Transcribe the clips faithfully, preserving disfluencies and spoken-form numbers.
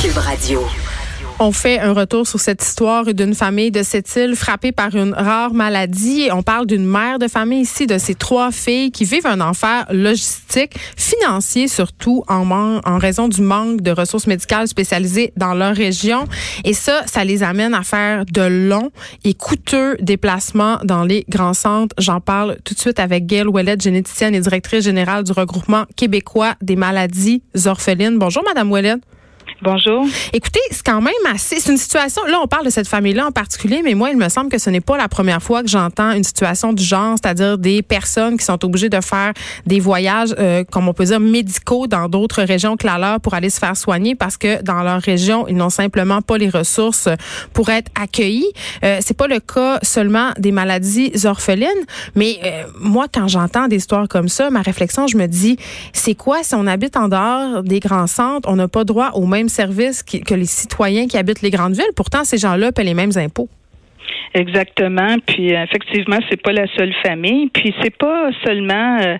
Cube Radio. On fait un retour sur cette histoire d'une famille de Sept-Îles frappée par une rare maladie. On parle d'une mère de famille ici, de ses trois filles qui vivent un enfer logistique, financier surtout, en, man- en raison du manque de ressources médicales spécialisées dans leur région. Et ça, ça les amène à faire de longs et coûteux déplacements dans les grands centres. J'en parle tout de suite avec Gail Ouellette, généticienne et directrice générale du regroupement québécois des maladies orphelines. Bonjour, Madame Ouellette. Bonjour. Écoutez, c'est quand même assez... C'est une situation... Là, on parle de cette famille-là en particulier, mais moi, il me semble que ce n'est pas la première fois que j'entends une situation du genre, c'est-à-dire des personnes qui sont obligées de faire des voyages, euh, comme on peut dire, médicaux dans d'autres régions que la leur pour aller se faire soigner parce que dans leur région, ils n'ont simplement pas les ressources pour être accueillis. Euh, c'est pas le cas seulement des maladies orphelines, mais euh, moi, quand j'entends des histoires comme ça, ma réflexion, je me dis, c'est quoi si on habite en dehors des grands centres, on n'a pas droit aux mêmes services qui, que les citoyens qui habitent les grandes villes. Pourtant, ces gens-là paient les mêmes impôts. Exactement. Puis effectivement, c'est pas la seule famille. Puis c'est pas seulement euh,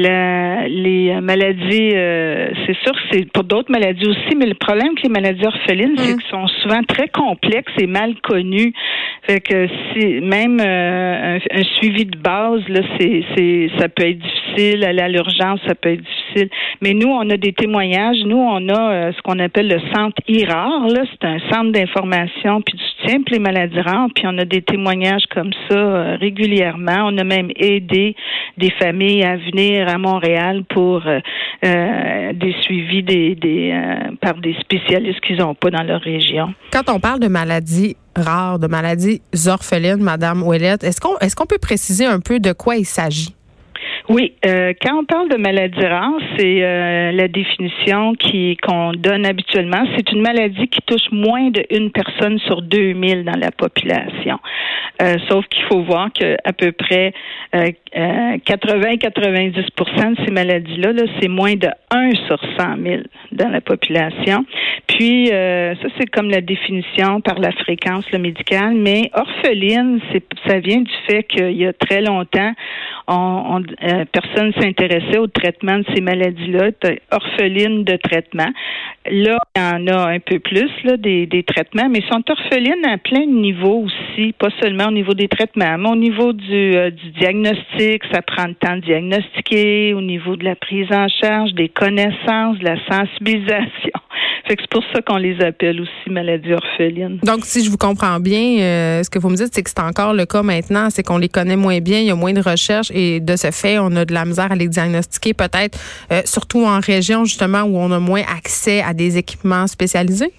la, les maladies. Euh, c'est sûr, c'est pour d'autres maladies aussi. Mais le problème avec les maladies orphelines, mmh. c'est qu'elles sont souvent très complexes et mal connues. Fait que si même euh, un, un suivi de base, là, c'est, c'est, ça peut être difficile. Aller à l'urgence, ça peut être difficile. Mais nous, on a des témoignages. Nous, on a euh, ce qu'on appelle le centre I R A R. Là, c'est un centre d'information puis de soutien pour les maladies rares. Puis on a des témoignages comme ça euh, régulièrement. On a même aidé des familles à venir à Montréal pour euh, euh, des suivis des, des euh, par des spécialistes qu'ils n'ont pas dans leur région. Quand on parle de maladies rares, de maladies orphelines, Madame Ouellette, est-ce qu'on est-ce qu'on peut préciser un peu de quoi il s'agit? Oui, euh, quand on parle de maladie rare, c'est euh, la définition qui qu'on donne habituellement. C'est une maladie qui touche moins d'une personne sur deux mille dans la population. Euh, sauf qu'il faut voir que à peu près euh, euh, quatre-vingts à quatre-vingt-dix pour cent de ces maladies-là, là, c'est moins de un sur cent mille dans la population. Puis, euh, ça, c'est comme la définition par la fréquence le médicale. Mais orpheline, c'est, ça vient du fait qu'il y a très longtemps, on, on, euh, personne s'intéressait au traitement de ces maladies-là, orphelines de traitement. Là, il y en a un peu plus, là, des, des traitements, mais ils sont orphelines à plein de niveaux aussi, pas seulement au niveau des traitements, mais au niveau du, euh, du diagnostic, ça prend le temps de diagnostiquer, au niveau de la prise en charge, des connaissances, de la sensibilisation. Fait que c'est pour ça qu'on les appelle aussi maladies orphelines. Donc, si je vous comprends bien, euh, ce que vous me dites, c'est que c'est encore le cas maintenant, c'est qu'on les connaît moins bien, il y a moins de recherches et de ce fait, on a de la misère à les diagnostiquer, peut-être euh, surtout en région, justement, où on a moins accès à des équipements spécialisés?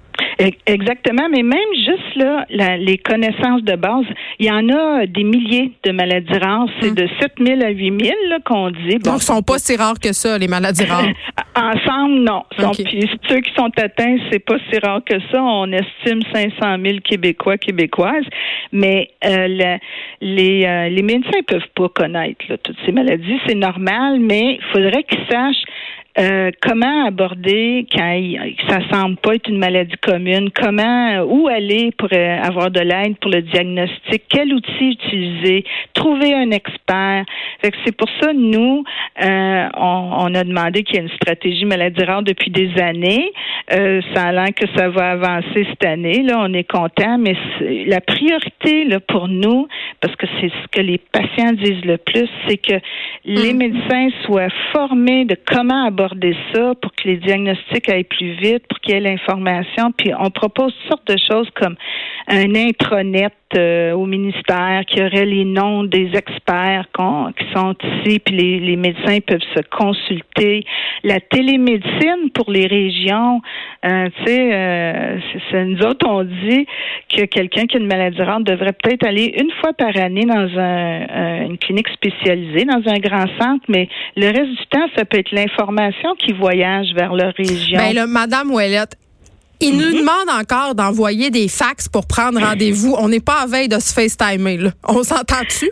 Exactement, mais même juste là, la, les connaissances de base, il y en a des milliers de maladies rares. C'est hum. de sept mille à huit mille là, qu'on dit. Bon, donc, ils ne sont pas si rares que ça, les maladies rares. Ensemble, non. Okay. Puis ceux qui sont atteints, c'est pas si rare que ça. On estime cinq cent mille Québécois, Québécoises. Mais euh, la, les, euh, les médecins ne peuvent pas connaître là, toutes ces maladies. C'est normal, mais il faudrait qu'ils sachent Euh, comment aborder quand il, ça semble pas être une maladie commune, comment, où aller pour euh, avoir de l'aide pour le diagnostic, quel outil utiliser, trouver un expert. Fait que c'est pour ça, nous, euh, on, on a demandé qu'il y ait une stratégie maladie rare depuis des années. Euh, ça a l'air que ça va avancer cette année. Là, on est content, mais c'est, la priorité là pour nous, parce que c'est ce que les patients disent le plus, c'est que les médecins soient formés de comment aborder ça pour que les diagnostics aillent plus vite, pour qu'il y ait l'information. Puis on propose toutes sortes de choses comme un intranet euh, au ministère qui aurait les noms des experts qu'on, qui sont ici, puis les, les médecins peuvent se consulter. La télémédecine pour les régions, euh, tu sais, euh, c'est, c'est, nous autres, on dit que quelqu'un qui a une maladie rare devrait peut-être aller une fois par année dans un, un, une clinique spécialisée, dans un grand centre, mais le reste du temps, ça peut être l'information qui voyage vers leur région. Bien là, Madame Ouellette, il mm-hmm. nous demande encore d'envoyer des fax pour prendre rendez-vous. On n'est pas à veille de se FaceTimer, là. On s'entend dessus?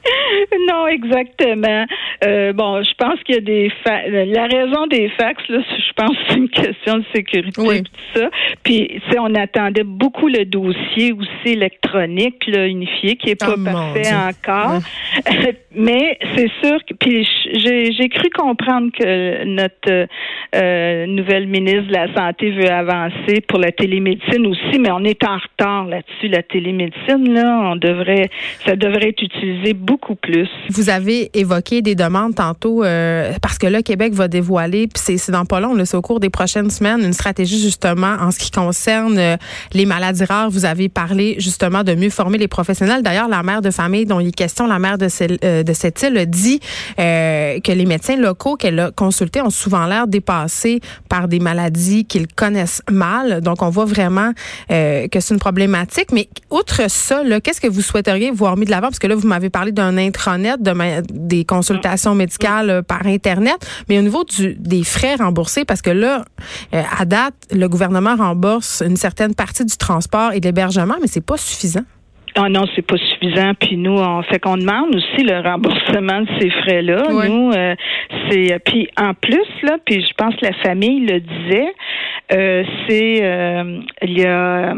Non, exactement. Euh, bon, je pense qu'il y a des fa- la raison des fax, là, je pense que c'est une question de sécurité oui. et tout ça. Puis, tu sais, on attendait beaucoup le dossier aussi électronique, là, unifié, qui est pas oh, parfait encore. Ouais. Mais c'est sûr que puis j'ai, j'ai cru comprendre que notre euh, nouvelle ministre de la Santé veut avancer pour la télémédecine aussi, mais on est en retard là-dessus. La télémédecine, là, on devrait, ça devrait être utilisé beaucoup plus. Vous avez évoqué des demandes tantôt euh, parce que là, Québec va dévoiler, puis c'est, c'est dans pas long, là, c'est au cours des prochaines semaines, une stratégie justement en ce qui concerne euh, les maladies rares. Vous avez parlé justement de mieux former les professionnels. D'ailleurs, la mère de famille dont il est question, la mère de, celle, euh, de cette île, dit euh, que les médecins locaux qu'elle a consultés ont souvent l'air dépassés par des maladies qu'ils connaissent mal. Donc, on voit vraiment euh, que c'est une problématique. Mais outre ça, là, qu'est-ce que vous souhaiteriez voir mis de l'avant? Parce que là, vous m'avez parlé d'un intranet, de ma, des consultations médicales euh, par Internet, mais au niveau du, des frais remboursés, parce que là, euh, à date, le gouvernement rembourse une certaine partie du transport et de l'hébergement, mais c'est pas suffisant. Ah non, c'est pas suffisant. Puis nous, on fait qu'on demande aussi le remboursement de ces frais-là. Ouais. Nous, euh, c'est puis en plus là, puis je pense que la famille le disait, euh, c'est euh, il y a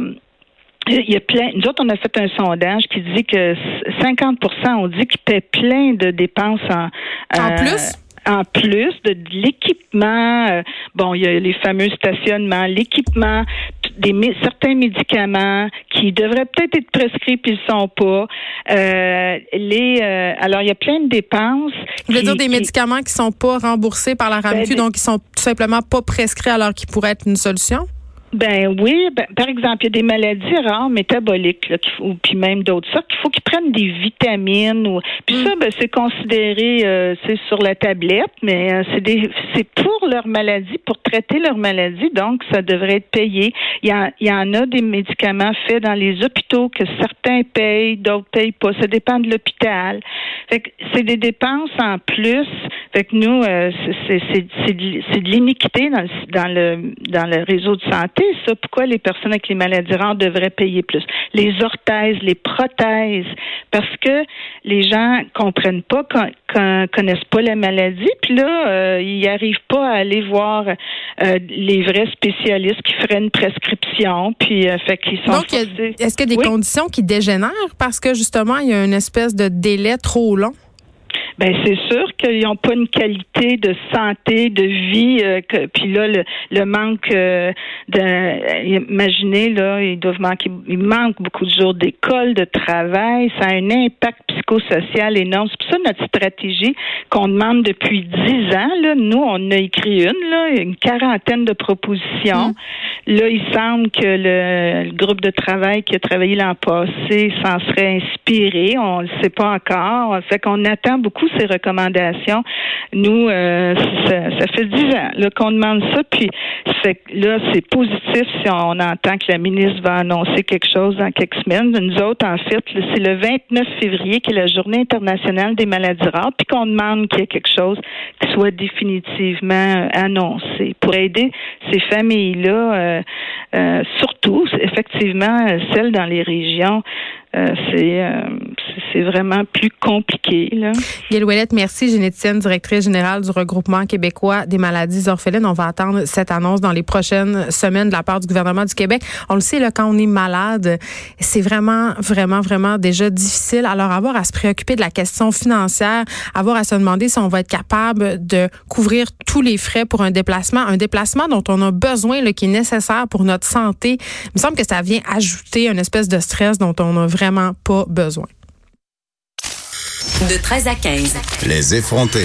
Il y a plein. Nous autres, on a fait un sondage qui dit que cinquante pour cent ont dit qu'ils paient plein de dépenses en. En euh, plus? En plus de, de l'équipement, euh, bon, il y a les fameux stationnements, l'équipement, des certains médicaments qui devraient peut-être être prescrits puis ils sont pas. Euh, les, euh, alors il y a plein de dépenses. Vous voulez qui, dire des qui, médicaments qui sont pas remboursés par la RAMQ, ben, donc qui sont tout simplement pas prescrits alors qu'ils pourraient être une solution? Ben oui, ben, par exemple, il y a des maladies rares métaboliques, là, ou puis même d'autres sortes, qu'il faut qu'ils prennent des vitamines. Ou puis mm. ça, ben c'est considéré, euh, c'est sur la tablette, mais euh, c'est des, c'est pour leur maladie, pour traiter leur maladie, donc ça devrait être payé. Il y, a, il y en a des médicaments faits dans les hôpitaux que certains payent, d'autres payent pas. Ça dépend de l'hôpital. Fait que c'est des dépenses en plus. Fait que nous, euh, c'est, c'est, c'est, de, c'est de l'iniquité dans le, dans le dans le réseau de santé. Ça, pourquoi les personnes avec les maladies rares devraient payer plus? Les orthèses, les prothèses, parce que les gens comprennent pas, con, con, connaissent pas la maladie, puis là, euh, ils arrivent pas à aller voir euh, les vrais spécialistes qui feraient une prescription, puis euh, fait qu'ils sont Donc, forcés. Est-ce qu'il y a des oui? conditions qui dégénèrent parce que justement, il y a une espèce de délai trop long? Ben c'est sûr qu'ils n'ont pas une qualité de santé, de vie. Euh, que, puis là, le, le manque euh, de, imaginez là, ils doivent manquer, il manque beaucoup de jours d'école, de travail. Ça a un impact psychosocial énorme. C'est pour ça notre stratégie qu'on demande depuis dix ans. Là, nous, on a écrit une, là, une quarantaine de propositions. Mmh. Là, il semble que le, le groupe de travail qui a travaillé l'an passé s'en serait inspiré. On ne le sait pas encore. Fait qu'on attend beaucoup ces recommandations. Nous, euh, ça, ça fait dix ans là, qu'on demande ça, puis fait, là, c'est positif si on entend que la ministre va annoncer quelque chose dans quelques semaines. Nous autres, en fait, c'est le vingt-neuf février qui est la Journée internationale des maladies rares, puis qu'on demande qu'il y ait quelque chose qui soit définitivement annoncé pour aider ces familles-là, euh, euh, surtout, effectivement, celles dans les régions. Euh, c'est, euh, c'est vraiment plus compliqué, là. Gayle Ouellette, merci, généticienne, directrice générale du Regroupement québécois des maladies orphelines. On va attendre cette annonce dans les prochaines semaines de la part du gouvernement du Québec. On le sait, là, quand on est malade, c'est vraiment, vraiment, vraiment déjà difficile. Alors, avoir à se préoccuper de la question financière, avoir à se demander si on va être capable de couvrir tous les frais pour un déplacement, un déplacement dont on a besoin, là, qui est nécessaire pour notre santé. Il me semble que ça vient ajouter une espèce de stress dont on a vraiment pas besoin. De treize à quinze. Les effrontés.